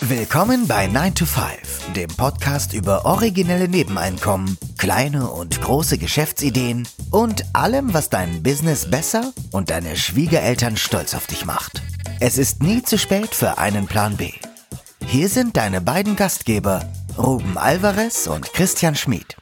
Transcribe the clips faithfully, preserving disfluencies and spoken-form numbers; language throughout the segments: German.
Willkommen bei nine to five, dem Podcast über originelle Nebeneinkommen, kleine und große Geschäftsideen und allem, was dein Business besser und deine Schwiegereltern stolz auf dich macht. Es ist nie zu spät für einen Plan B. Hier sind deine beiden Gastgeber, Ruben Alvarez und Christian Schmid.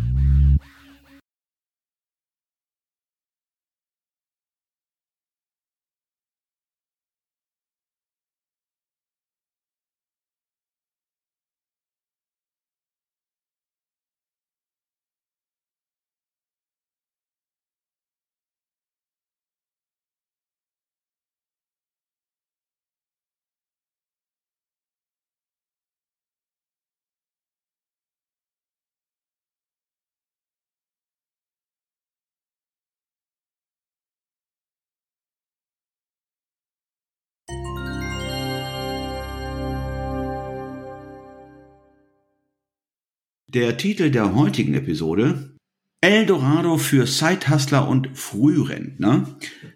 Der Titel der heutigen Episode: Eldorado für Sidehustler und Frührentner,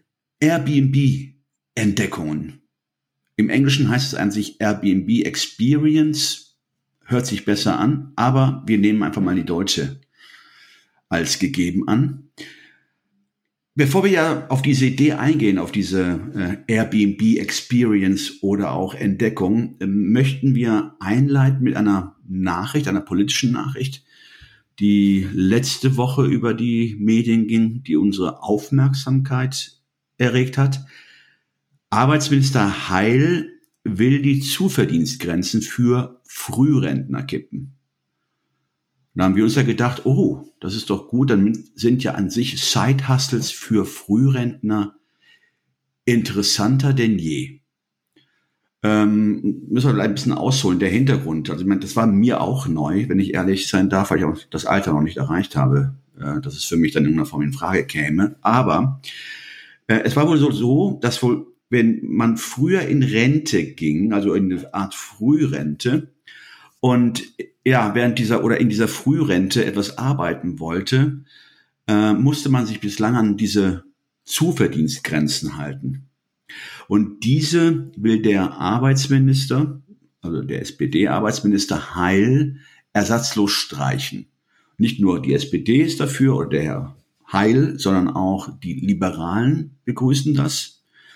Airbnb-Entdeckungen. Im Englischen heißt es an sich Airbnb Experience, hört sich besser an, aber wir nehmen einfach mal die deutsche als gegeben an. Bevor wir ja auf diese Idee eingehen, auf diese äh, Airbnb Experience oder auch Entdeckung, äh, möchten wir einleiten mit einer Nachricht, einer politischen Nachricht, die letzte Woche über die Medien ging, die unsere Aufmerksamkeit erregt hat. Arbeitsminister Heil will die Zuverdienstgrenzen für Frührentner kippen. Da haben wir uns ja gedacht, oh, das ist doch gut, dann sind ja an sich Side-Hustles für Frührentner interessanter denn je. Ähm, müssen wir vielleicht ein bisschen ausholen, der Hintergrund. Also ich meine, das war mir auch neu, wenn ich ehrlich sein darf, weil ich auch das Alter noch nicht erreicht habe, äh, dass es für mich dann in irgendeiner Form in Frage käme. Aber äh, es war wohl so, so, dass wohl, wenn man früher in Rente ging, also in eine Art Frührente, und ja, während dieser oder in dieser Frührente etwas arbeiten wollte, äh, musste man sich bislang an diese Zuverdienstgrenzen halten. Und diese will der Arbeitsminister, also der S P D-Arbeitsminister Heil, ersatzlos streichen. Nicht nur die S P D ist dafür oder der Herr Heil, sondern auch die Liberalen begrüßen das.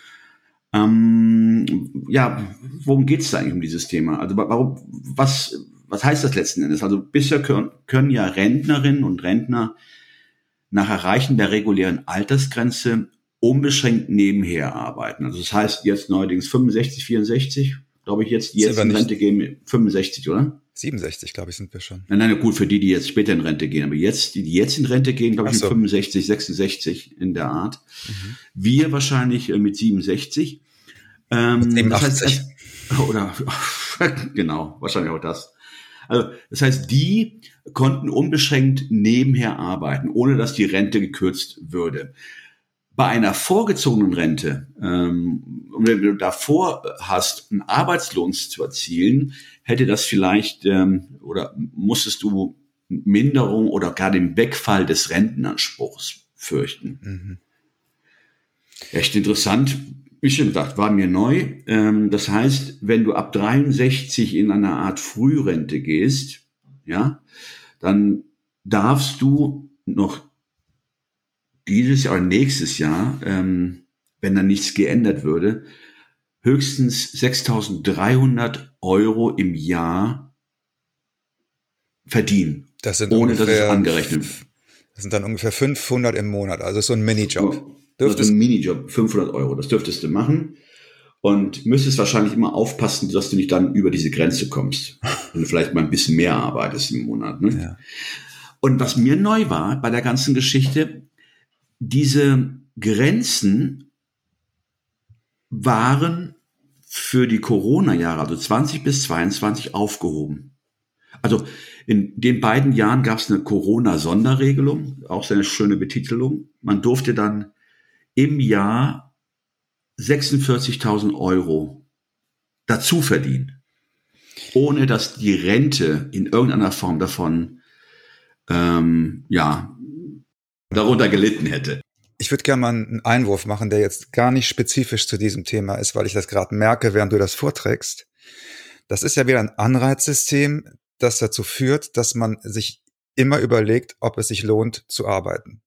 Ähm, ja, worum geht es da eigentlich um dieses Thema? Also warum, was, was heißt das letzten Endes? Also bisher können, können ja Rentnerinnen und Rentner nach Erreichen der regulären Altersgrenze unbeschränkt nebenher arbeiten. Also das heißt jetzt neuerdings fünfundsechzig, vierundsechzig, glaube ich jetzt, die jetzt in Rente gehen, fünfundsechzig, oder? siebenundsechzig, glaube ich, sind wir schon. Nein, nein, gut, für die, die jetzt später in Rente gehen. Aber jetzt, die, die jetzt in Rente gehen, glaube ich, so. Mit fünfundsechzig, sechsundsechzig in der Art. Mhm. Wir wahrscheinlich äh, mit siebenundsechzig. Ähm, mit siebenundachtzig. Das heißt, oder, genau, wahrscheinlich auch das. Also, das heißt, die konnten unbeschränkt nebenher arbeiten, ohne dass die Rente gekürzt würde. Bei einer vorgezogenen Rente, ähm, wenn du davor hast, einen Arbeitslohn zu erzielen, hätte das vielleicht ähm, oder musstest du Minderung oder gar den Wegfall des Rentenanspruchs fürchten. Mhm. Echt interessant. Wie schon gesagt, war mir neu. Ähm, das heißt, wenn du ab dreiundsechzig in eine Art Frührente gehst, ja, dann darfst du noch dieses Jahr oder nächstes Jahr, ähm, wenn dann nichts geändert würde, höchstens sechstausenddreihundert Euro im Jahr verdienen. Das sind ohne ungefähr, dass es angerechnet wird. Das sind dann ungefähr fünfhundert im Monat, also so ein Minijob. Ja, das ist ein Minijob, fünfhundert Euro, das dürftest du machen. Und müsstest wahrscheinlich immer aufpassen, dass du nicht dann über diese Grenze kommst. Wenn du vielleicht mal ein bisschen mehr arbeitest im Monat. Ne? Ja. Und was mir neu war bei der ganzen Geschichte, diese Grenzen waren für die Corona-Jahre, also zwanzig bis zweiundzwanzig, aufgehoben. Also in den beiden Jahren gab es eine Corona-Sonderregelung, auch so eine schöne Betitelung. Man durfte dann im Jahr sechsundvierzigtausend Euro dazu verdienen, ohne dass die Rente in irgendeiner Form davon ähm, ja darunter gelitten hätte. Ich würde gerne mal einen Einwurf machen, der jetzt gar nicht spezifisch zu diesem Thema ist, weil ich das gerade merke, während du das vorträgst. Das ist ja wieder ein Anreizsystem, das dazu führt, dass man sich immer überlegt, ob es sich lohnt zu arbeiten.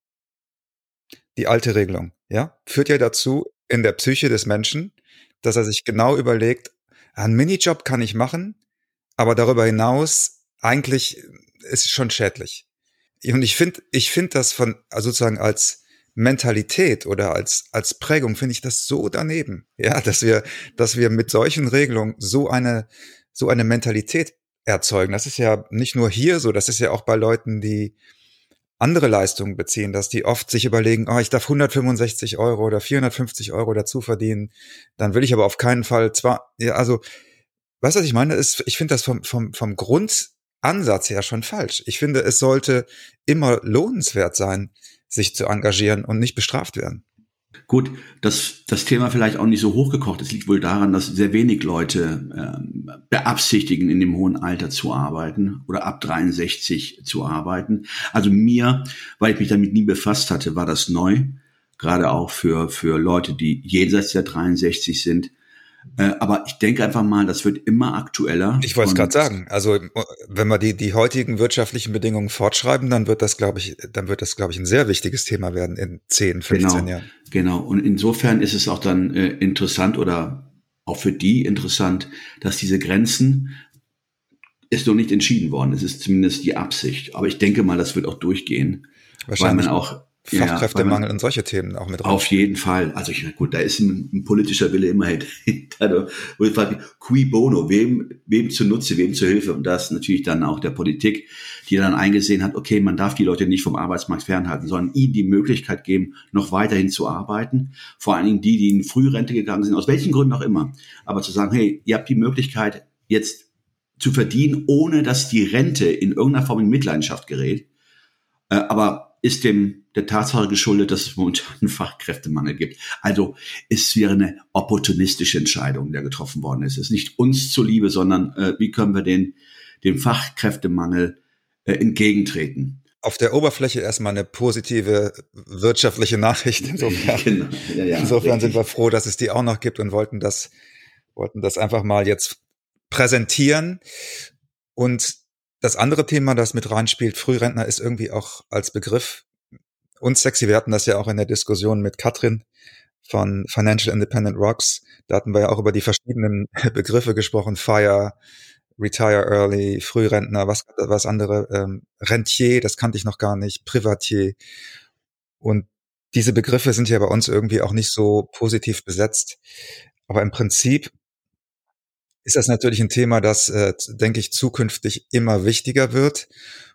Die alte Regelung, ja, führt ja dazu in der Psyche des Menschen, dass er sich genau überlegt, einen Minijob kann ich machen, aber darüber hinaus eigentlich ist es schon schädlich. Und ich finde, ich finde das von, also sozusagen als Mentalität oder als, als Prägung finde ich das so daneben, ja, dass wir, dass wir mit solchen Regelungen so eine, so eine Mentalität erzeugen. Das ist ja nicht nur hier so, das ist ja auch bei Leuten, die andere Leistungen beziehen, dass die oft sich überlegen, oh, ich darf hundertfünfundsechzig Euro oder vierhundertfünfzig Euro dazu verdienen, dann will ich aber auf keinen Fall zwar, ja, also, weißt du, was ich meine? Ist, ich finde das vom, vom, vom Grundansatz her schon falsch. Ich finde, es sollte immer lohnenswert sein, sich zu engagieren und nicht bestraft werden. Gut, dass das Thema vielleicht auch nicht so hochgekocht ist, liegt wohl daran, dass sehr wenig Leute ähm, beabsichtigen, in dem hohen Alter zu arbeiten oder ab dreiundsechzig zu arbeiten. Also mir, weil ich mich damit nie befasst hatte, war das neu, gerade auch für für Leute, die jenseits der dreiundsechzig sind. Äh, aber ich denke einfach mal, das wird immer aktueller. Ich wollte es gerade sagen. Also wenn wir die die heutigen wirtschaftlichen Bedingungen fortschreiben, dann wird das, glaube ich, dann wird das, glaube ich, ein sehr wichtiges Thema werden in zehn, fünfzehn genau, Jahren. Genau. Und insofern ist es auch dann äh, interessant oder auch für die interessant, dass diese Grenzen ist noch nicht entschieden worden. Es ist zumindest die Absicht. Aber ich denke mal, das wird auch durchgehen, weil man auch Fachkräftemangel ja, und solche Themen auch mit rein. Auf jeden Fall. Also ich meine, gut, da ist ein, ein politischer Wille immer hinter. Wo ich frage, cui bono, wem, wem zunutze, wem zur Hilfe? Und das natürlich dann auch der Politik, die dann eingesehen hat, okay, man darf die Leute nicht vom Arbeitsmarkt fernhalten, sondern ihnen die Möglichkeit geben, noch weiterhin zu arbeiten. Vor allen Dingen die, die in Frührente gegangen sind, aus welchen Gründen auch immer. Aber zu sagen, hey, ihr habt die Möglichkeit, jetzt zu verdienen, ohne dass die Rente in irgendeiner Form in Mitleidenschaft gerät. Äh, aber ist dem der Tatsache geschuldet, dass es momentan einen Fachkräftemangel gibt. Also es wäre eine opportunistische Entscheidung, der getroffen worden ist. Es ist nicht uns zuliebe, sondern äh, wie können wir den dem Fachkräftemangel äh, entgegentreten. Auf der Oberfläche erstmal eine positive wirtschaftliche Nachricht. Insofern, genau. ja, ja, insofern sind wir froh, dass es die auch noch gibt und wollten das, wollten das einfach mal jetzt präsentieren. Und das andere Thema, das mit reinspielt, Frührentner, ist irgendwie auch als Begriff unsexy. Wir hatten das ja auch in der Diskussion mit Katrin von Financial Independent Rocks. Da hatten wir ja auch über die verschiedenen Begriffe gesprochen. Fire, Retire Early, Frührentner, was, was andere, ähm, Rentier, das kannte ich noch gar nicht, Privatier. Und diese Begriffe sind ja bei uns irgendwie auch nicht so positiv besetzt. Aber im Prinzip ist das natürlich ein Thema, das, äh, denke ich, zukünftig immer wichtiger wird.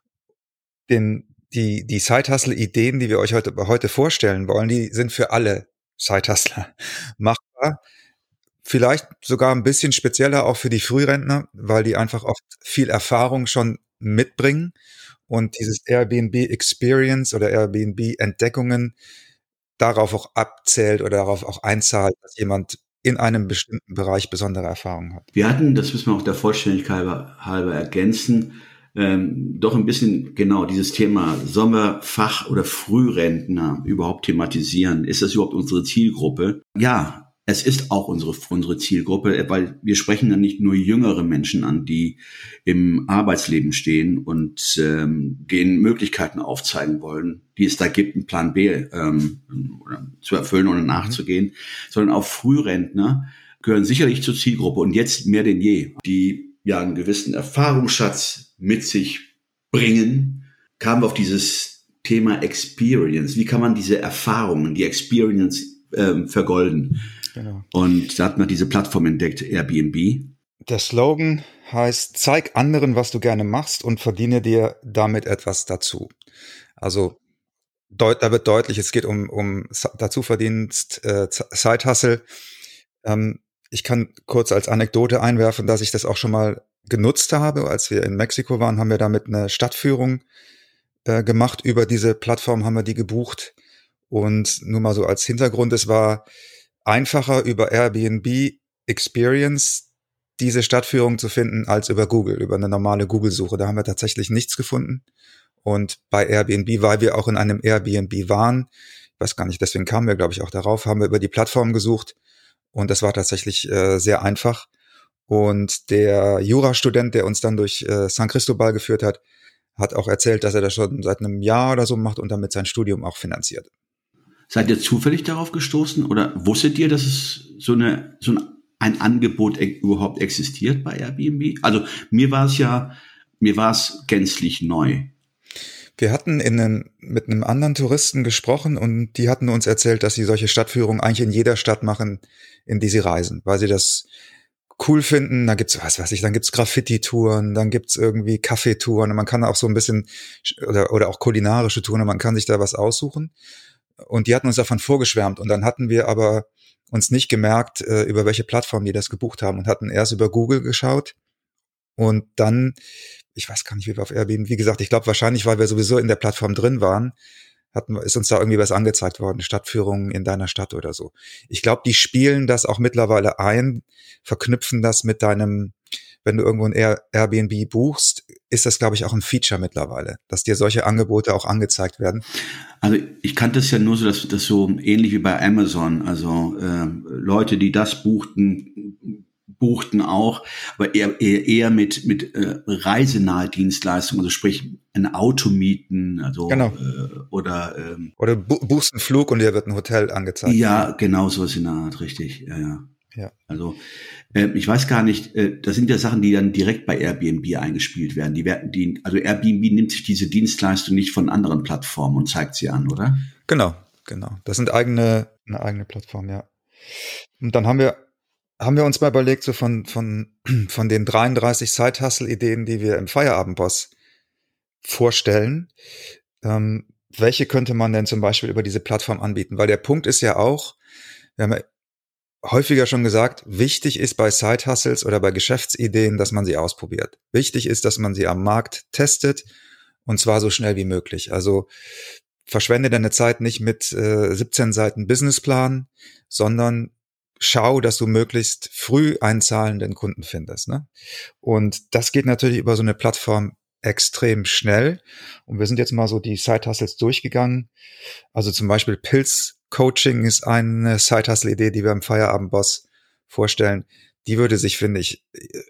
Den, die, die Side-Hustle-Ideen, die wir euch heute, heute vorstellen wollen, die sind für alle Side-Hustler machbar. Vielleicht sogar ein bisschen spezieller auch für die Frührentner, weil die einfach oft viel Erfahrung schon mitbringen und dieses Airbnb-Experience oder Airbnb-Entdeckungen darauf auch abzählt oder darauf auch einzahlt, dass jemand in einem bestimmten Bereich besondere Erfahrungen hat. Wir hatten, das müssen wir auch der Vollständigkeit halber, halber ergänzen, ähm, doch ein bisschen genau dieses Thema, sollen wir Fach- oder Frührentner überhaupt thematisieren? Ist das überhaupt unsere Zielgruppe? Ja, es ist auch unsere, unsere Zielgruppe, weil wir sprechen dann nicht nur jüngere Menschen an, die im Arbeitsleben stehen und ähm, denen Möglichkeiten aufzeigen wollen, die es da gibt, einen Plan B ähm, zu erfüllen oder nachzugehen, mhm. sondern auch Frührentner gehören sicherlich zur Zielgruppe und jetzt mehr denn je, die ja einen gewissen Erfahrungsschatz mit sich bringen, kamen wir auf dieses Thema Experience. Wie kann man diese Erfahrungen, die Experience ähm, vergolden? Genau. Und da hat man diese Plattform entdeckt, Airbnb. Der Slogan heißt, zeig anderen, was du gerne machst und verdiene dir damit etwas dazu. Also deut, da wird deutlich, es geht um, um Dazuverdienst, äh, Side-Hustle. Ähm, ich kann kurz als Anekdote einwerfen, dass ich das auch schon mal genutzt habe. Als wir in Mexiko waren, haben wir damit eine Stadtführung äh, gemacht. Über diese Plattform haben wir die gebucht. Und nur mal so als Hintergrund, es war einfacher über Airbnb Experience diese Stadtführung zu finden als über Google, über eine normale Google-Suche. Da haben wir tatsächlich nichts gefunden. Und bei Airbnb, weil wir auch in einem Airbnb waren, ich weiß gar nicht, deswegen kamen wir, glaube ich, auch darauf, haben wir über die Plattform gesucht und das war tatsächlich äh, sehr einfach. Und der Jurastudent, der uns dann durch äh, San Cristobal geführt hat, hat auch erzählt, dass er das schon seit einem Jahr oder so macht und damit sein Studium auch finanziert. Seid ihr zufällig darauf gestoßen oder wusstet ihr, dass es so eine so ein, ein Angebot e- überhaupt existiert bei Airbnb? Also mir war es ja, mir war es gänzlich neu. Wir hatten in einem, mit einem anderen Touristen gesprochen und die hatten uns erzählt, dass sie solche Stadtführungen eigentlich in jeder Stadt machen, in die sie reisen, weil sie das cool finden. Da gibt's, was weiß ich, dann gibt's Graffiti-Touren, dann gibt's irgendwie Kaffeetouren und man kann auch so ein bisschen, oder, oder auch kulinarische Touren, und man kann sich da was aussuchen. Und die hatten uns davon vorgeschwärmt und dann hatten wir aber uns nicht gemerkt, äh, über welche Plattform die das gebucht haben und hatten erst über Google geschaut und dann, ich weiß gar nicht, wie wir auf Airbnb, wie gesagt, ich glaube wahrscheinlich, weil wir sowieso in der Plattform drin waren, hatten, ist uns da irgendwie was angezeigt worden, Stadtführungen in deiner Stadt oder so. Ich glaube, die spielen das auch mittlerweile ein, verknüpfen das mit deinem, wenn du irgendwo ein Air, Airbnb buchst, ist das, glaube ich, auch ein Feature mittlerweile, dass dir solche Angebote auch angezeigt werden. Also ich kannte es ja nur so, dass das so ähnlich wie bei Amazon, also äh, Leute, die das buchten, buchten auch, aber eher eher, eher mit mit äh, reisenahe Dienstleistungen, also sprich ein Auto mieten, also genau. äh, oder ähm, oder bu- buchst einen Flug und dir wird ein Hotel angezeigt. Ja, genau sowas in der Art, richtig, ja, ja. Ja. Also äh, ich weiß gar nicht, äh, das sind ja Sachen, die dann direkt bei Airbnb eingespielt werden. Die werden, die, also Airbnb nimmt sich diese Dienstleistung nicht von anderen Plattformen und zeigt sie an, oder? Genau, genau. Das sind eigene, eine eigene Plattform, ja. Und dann haben wir haben wir uns mal überlegt, so von von von den dreiunddreißig Side-Hustle-Ideen, die wir im Feierabendboss vorstellen, ähm, welche könnte man denn zum Beispiel über diese Plattform anbieten? Weil der Punkt ist ja auch, wir haben ja häufiger schon gesagt, wichtig ist bei Side-Hustles oder bei Geschäftsideen, dass man sie ausprobiert. Wichtig ist, dass man sie am Markt testet und zwar so schnell wie möglich. Also verschwende deine Zeit nicht mit äh, siebzehn Seiten Businessplan, sondern schau, dass du möglichst früh einen zahlenden Kunden findest, ne? Und das geht natürlich über so eine Plattform extrem schnell. Und wir sind jetzt mal so die Side-Hustles durchgegangen. Also zum Beispiel Pilz-Coaching ist eine Side-Hustle-Idee, die wir im Feierabendboss vorstellen. Die würde sich, finde ich,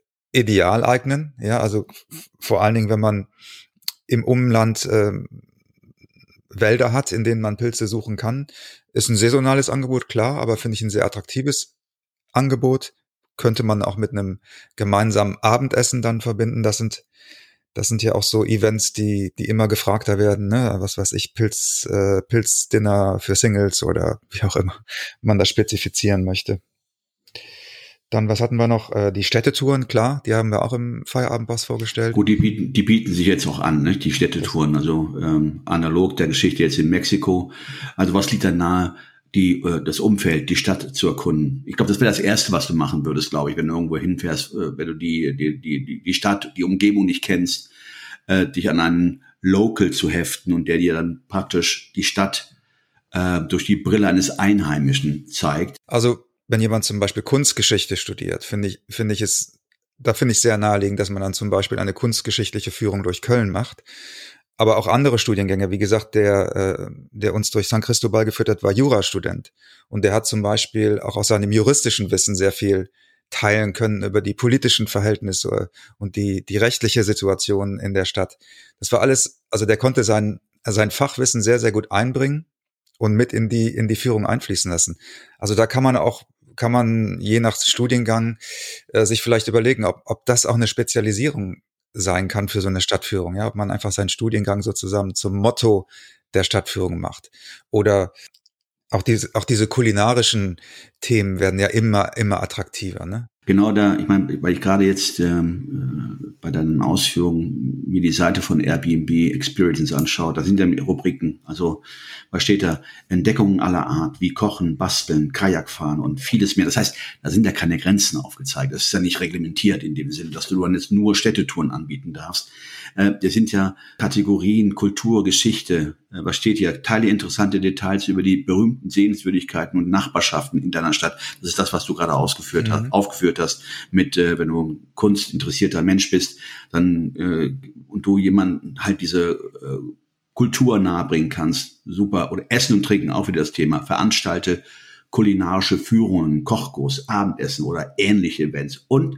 ideal eignen. Ja, also vor allen Dingen, wenn man im Umland äh, Wälder hat, in denen man Pilze suchen kann. Ist ein saisonales Angebot, klar, aber finde ich ein sehr attraktives Angebot. Könnte man auch mit einem gemeinsamen Abendessen dann verbinden. Das sind, das sind ja auch so Events, die, die immer gefragter werden, ne? Was weiß ich, Pilz, äh, Pilzdinner für Singles oder wie auch immer man das spezifizieren möchte. Dann, was hatten wir noch? Äh, die Städtetouren, klar, die haben wir auch im Feierabendboss vorgestellt. Gut, die bieten, die bieten sich jetzt auch an, ne? Die Städtetouren, also ähm, analog der Geschichte jetzt in Mexiko. Also was liegt da nahe, die äh, das Umfeld, die Stadt zu erkunden? Ich glaube, das wäre das Erste, was du machen würdest, glaube ich, wenn du irgendwo hinfährst, äh, wenn du die, die die die Stadt, die Umgebung nicht kennst, äh, dich an einen Local zu heften und der dir dann praktisch die Stadt äh, durch die Brille eines Einheimischen zeigt. Also wenn jemand zum Beispiel Kunstgeschichte studiert, finde ich, finde ich es, da finde ich sehr naheliegend, dass man dann zum Beispiel eine kunstgeschichtliche Führung durch Köln macht. Aber auch andere Studiengänge, wie gesagt, der, äh, der uns durch San Cristobal geführt hat, war Jurastudent. Und der hat zum Beispiel auch aus seinem juristischen Wissen sehr viel teilen können über die politischen Verhältnisse und die, die rechtliche Situation in der Stadt. Das war alles, also der konnte sein, sein Fachwissen sehr, sehr gut einbringen und mit in die, in die Führung einfließen lassen. Also da kann man auch kann man je nach Studiengang äh, sich vielleicht überlegen, ob, ob das auch eine Spezialisierung sein kann für so eine Stadtführung, ja, ob man einfach seinen Studiengang sozusagen zum Motto der Stadtführung macht. Oder auch diese, auch diese kulinarischen Themen werden ja immer, immer attraktiver, ne? Genau da, ich meine, weil ich gerade jetzt ähm, bei deinen Ausführungen mir die Seite von Airbnb Experience anschaue, da sind ja Rubriken, also was steht da? Entdeckungen aller Art, wie Kochen, Basteln, Kajakfahren und vieles mehr. Das heißt, da sind ja keine Grenzen aufgezeigt. Das ist ja nicht reglementiert in dem Sinne, dass du dann jetzt nur Städtetouren anbieten darfst. Äh, das sind ja Kategorien, Kultur, Geschichte. Äh, was steht hier? Teile interessante Details über die berühmten Sehenswürdigkeiten und Nachbarschaften in deiner Stadt. Das ist das, was du gerade ausgeführt mhm. hast, aufgeführt hast. Mit, äh, wenn du ein kunstinteressierter Mensch bist, dann äh, und du jemanden halt diese äh, Kultur nahebringen kannst, super. Oder Essen und Trinken, auch wieder das Thema. Veranstalte kulinarische Führungen, Kochkurs, Abendessen oder ähnliche Events. Und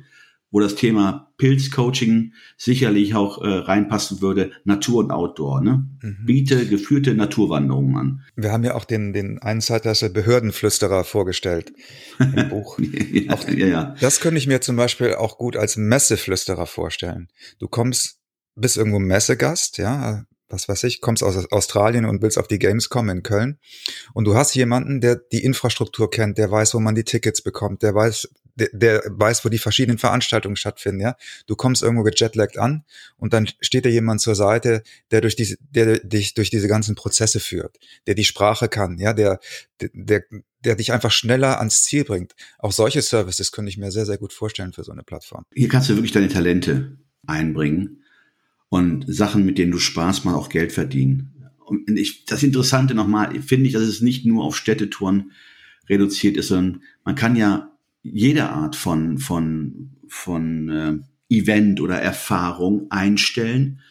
wo das Thema Pilzcoaching sicherlich auch äh, reinpassen würde, Natur und Outdoor. Ne? Mhm. Biete geführte Naturwanderungen an. Wir haben ja auch den, den einen Zeitleiste Behördenflüsterer vorgestellt im Buch. ja, auch, ja, ja. Das könnte ich mir zum Beispiel auch gut als Messeflüsterer vorstellen. Du kommst, bist irgendwo Messegast, ja, was weiß ich, kommst aus Australien und willst auf die Gamescom in Köln und du hast jemanden, der die Infrastruktur kennt, der weiß, wo man die Tickets bekommt, der weiß, der, der weiß, wo die verschiedenen Veranstaltungen stattfinden, ja. Du kommst irgendwo gejetlaggt an und dann steht dir jemand zur Seite, der durch diese, der dich durch diese ganzen Prozesse führt, der die Sprache kann, ja, der, der, der dich einfach schneller ans Ziel bringt. Auch solche Services könnte ich mir sehr, sehr gut vorstellen für so eine Plattform. Hier kannst du wirklich deine Talente einbringen. Und Sachen, mit denen du Spaß machst, auch Geld verdienen. Und ich, das Interessante nochmal, finde ich, dass es nicht nur auf Städtetouren reduziert ist, sondern man kann ja jede Art von, von, von äh, Event oder Erfahrung einstellen.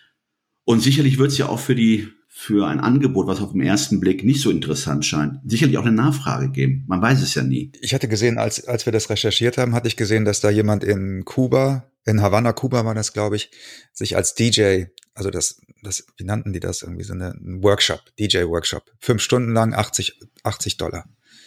Und sicherlich wird es ja auch für die, für ein Angebot, was auf den ersten Blick nicht so interessant scheint, sicherlich auch eine Nachfrage geben. Man weiß es ja nie. Ich hatte gesehen, als, als wir das recherchiert haben, hatte ich gesehen, dass da jemand in Kuba, in Havanna, Kuba war das, glaube ich, sich als D J, also das, das, wie nannten die das? Irgendwie so eine, ein Workshop, D J-Workshop. Fünf Stunden lang, achtzig Dollar.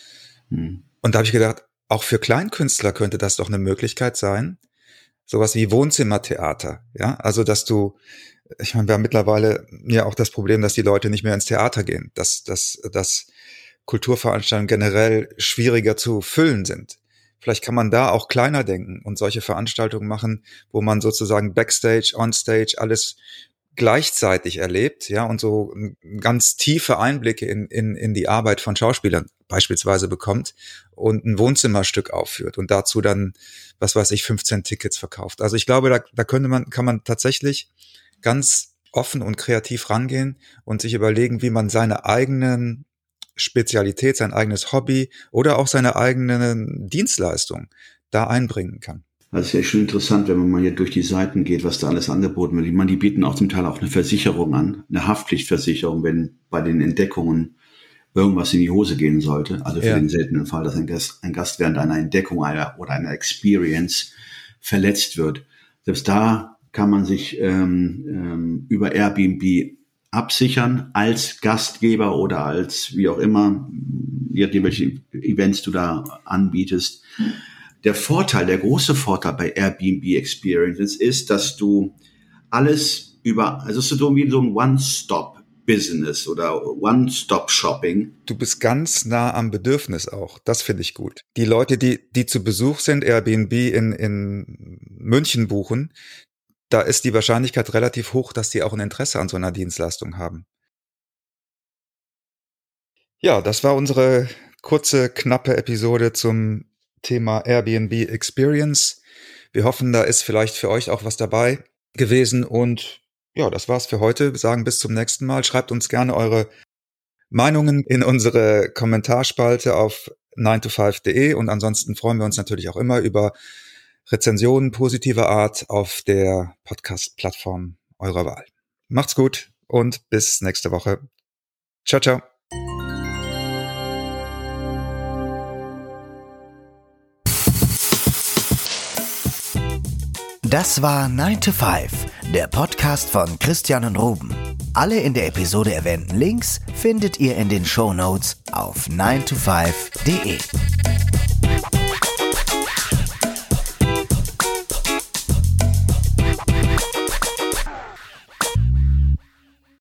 Hm. Und da habe ich gedacht, auch für Kleinkünstler könnte das doch eine Möglichkeit sein. Sowas wie Wohnzimmertheater, ja. Also, dass du, ich meine, wir haben mittlerweile ja auch das Problem, dass die Leute nicht mehr ins Theater gehen, dass, dass, dass Kulturveranstaltungen generell schwieriger zu füllen sind. Vielleicht kann man da auch kleiner denken und solche Veranstaltungen machen, wo man sozusagen Backstage, Onstage alles gleichzeitig erlebt, ja, und so ganz tiefe Einblicke in, in, in die Arbeit von Schauspielern beispielsweise bekommt und ein Wohnzimmerstück aufführt und dazu dann, was weiß ich, fünfzehn Tickets verkauft. Also ich glaube, da, da könnte man, kann man tatsächlich ganz offen und kreativ rangehen und sich überlegen, wie man seine eigenen Spezialität, sein eigenes Hobby oder auch seine eigene Dienstleistung da einbringen kann. Das ist ja schon interessant, wenn man mal hier durch die Seiten geht, was da alles angeboten wird. Ich meine, die bieten auch zum Teil auch eine Versicherung an, eine Haftpflichtversicherung, wenn bei den Entdeckungen irgendwas in die Hose gehen sollte. Also für ja. den seltenen Fall, dass ein Gast, ein Gast während einer Entdeckung einer, oder einer Experience verletzt wird. Selbst da kann man sich ähm, ähm, über Airbnb absichern als Gastgeber oder als wie auch immer, je nachdem, welche Events du da anbietest. Der Vorteil, der große Vorteil bei Airbnb Experiences ist, dass du alles über, also es ist so wie so ein One-Stop-Business oder One-Stop-Shopping. Du bist ganz nah am Bedürfnis auch. Das finde ich gut. Die Leute, die, die zu Besuch sind, Airbnb in, in München buchen, da ist die Wahrscheinlichkeit relativ hoch, dass die auch ein Interesse an so einer Dienstleistung haben. Ja, das war unsere kurze, knappe Episode zum Thema Airbnb Experience. Wir hoffen, da ist vielleicht für euch auch was dabei gewesen. Und ja, das war's für heute. Wir sagen bis zum nächsten Mal. Schreibt uns gerne eure Meinungen in unsere Kommentarspalte auf nine to five punkt de und ansonsten freuen wir uns natürlich auch immer über Rezensionen positiver Art auf der Podcast-Plattform eurer Wahl. Macht's gut und bis nächste Woche. Ciao, ciao. Das war nine to five, der Podcast von Christian und Ruben. Alle in der Episode erwähnten Links findet ihr in den Shownotes auf nine to five punkt de.